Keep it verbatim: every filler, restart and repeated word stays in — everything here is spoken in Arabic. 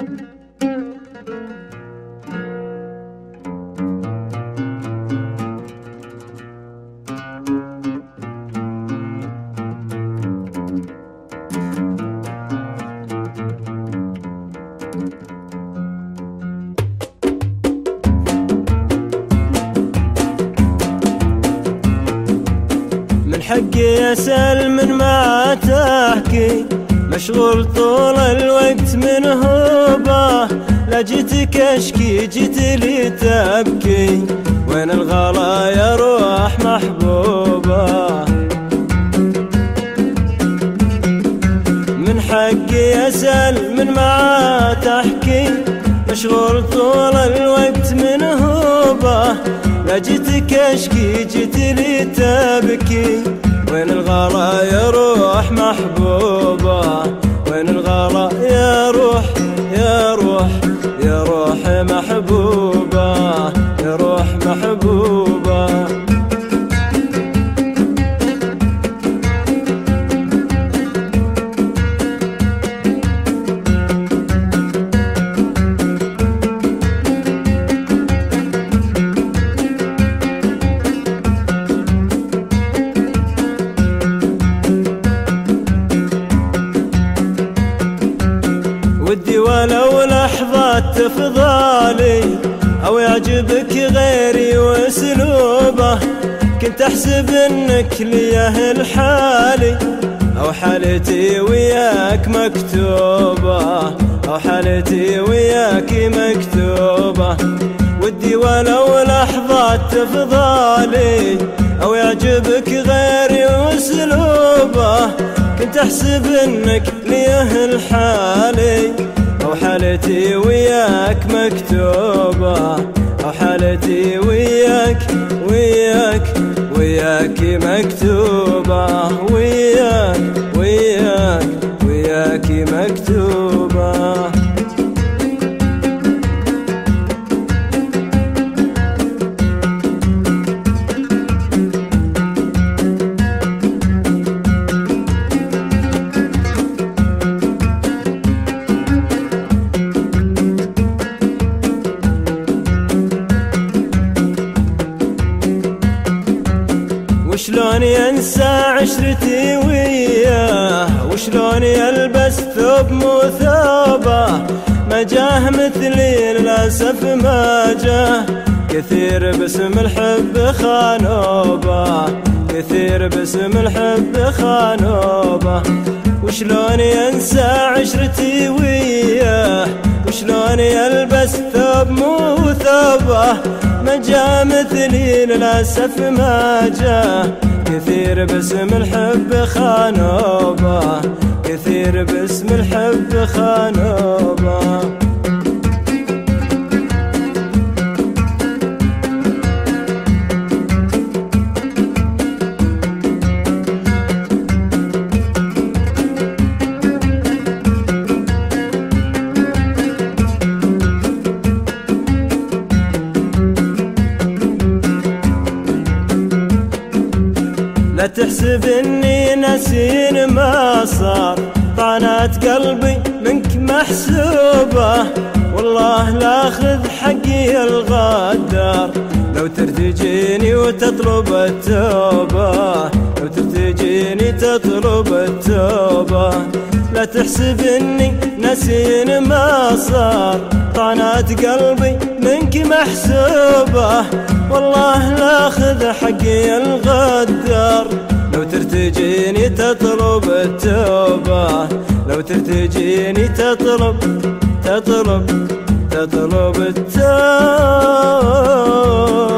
حقي أسأل من ما تحكي، مشغول طول الوقت من هوبه، لا جيتك أشكي جيت لي تبكي، وين الغلا يا روح محبوبة. من حقي أسأل من ما تحكي، مشغول طول الوقت من هوبه، لا جيتك أشكي جيت لي تبكي، وين الغلا يا روح محبوبة، وين الغلا يا روح يا روح يا روح محبوبة، يا روح محبوبة. ودي ولو لحظة تفضالي أو يعجبك غيري واسلوبه، كنت أحسب إنك ليه الحالي، أو حالتي وياك مكتوبة، أو حالتي وياك مكتوبة. ودي ولو لحظة تفضالي أو يعجبك غيري واسلوبه، كنت أحسب إنك ليه الحالي، أو حالتي وياك مكتوبة، أو حالتي وياك وياك وياك مكتوبة، وياك وياك وياك مكتوبة. وشلون ينسى عشرتي وياه، وشلون يلبس ثوب مو ثوبه، ما جاه مثلي للأسف ما جاه، كثير باسم الحب خانوبه، كثير باسم الحب خانوبه. وشلون ينسى عشرتي وياه، وشلون يلبس ثوب مو ثوبه، ما جاء مثلي للأسف ما جاء، كثير باسم الحب خانوبه، كثير باسم الحب خانوبه. لا تحسب اني نسين ما صار، طعنات قلبي منك محسوبة، والله لاخذ حقي الغدار، لو ترتجيني وتطلب التوبة، لو ترتجيني تطلب التوبة. لا تحسب اني نسين ما صار، طعنات قلبي منك محسوبة، والله لاخذ حقي الغدار، لو ترتجيني تطلب التوبة، لو ترتجيني تطلب تطلب تطلب التوبة.